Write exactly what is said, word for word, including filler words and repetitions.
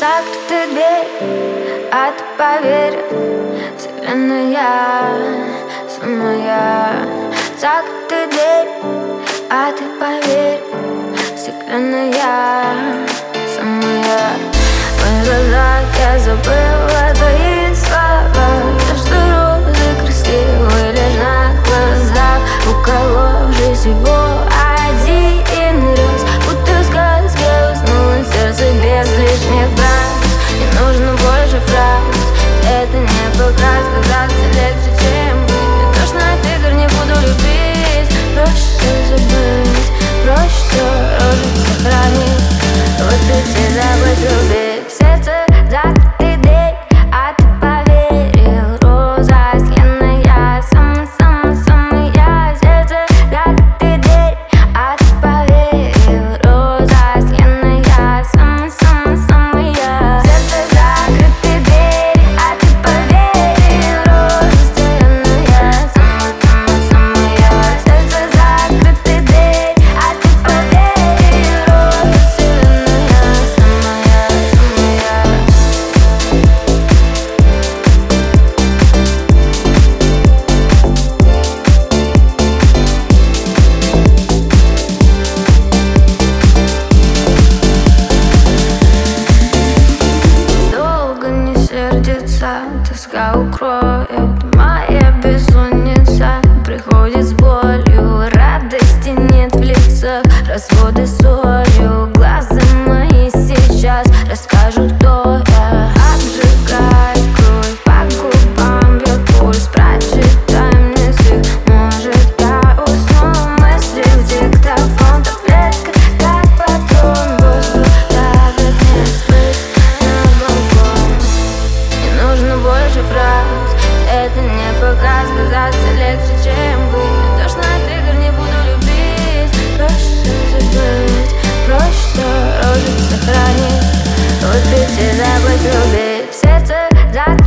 закрыта дверь, а ты поверь, вселенная самая. Закрыта дверь, а ты поверь, вселенная самая. В моих глазах я забыла твои слова, то, что розы красивые лишь на глазах. У кого в жизни его один раз, будто в сказке уснуло сердце без лишних фраз. Не нужно больше фраз, это не показ, казаться легче, чем быть. Не тошно от игр, не буду любить, проще забыть, проще розы сохранить. Вот ты забыть, любить. В сердце закрыта дверь, а ты поверил, роза вселенная самая-самая-самая. В сердце закрыта дверь, а ты поверил, роза вселенная самая-самая-самая. В сердце закрыта дверь, а ты поверил, роза вселенная самая-самая-самая. В сердце закрыта дверь, а ты поверил, роза вселенная самая-самая-самая. Долго не сердится, тоска укроет, моя бессонница приходит с болью, радости нет в лицах, разводы солью. Глаза мои сейчас расскажут, кто я. Обжигает кровь, по губам бьет пульс, прочитай мне стих, может я усну. Мысли в диктофон, таблетка как патрон, воздух давит мне спыть на балкон. Не нужно больше фраз, это не показ, казаться легче, чем быть. Не тошно от игр, не буду любить, проще забыть, проще розы сохранить. Вот ведь и забыть, любить. В сердце закрыто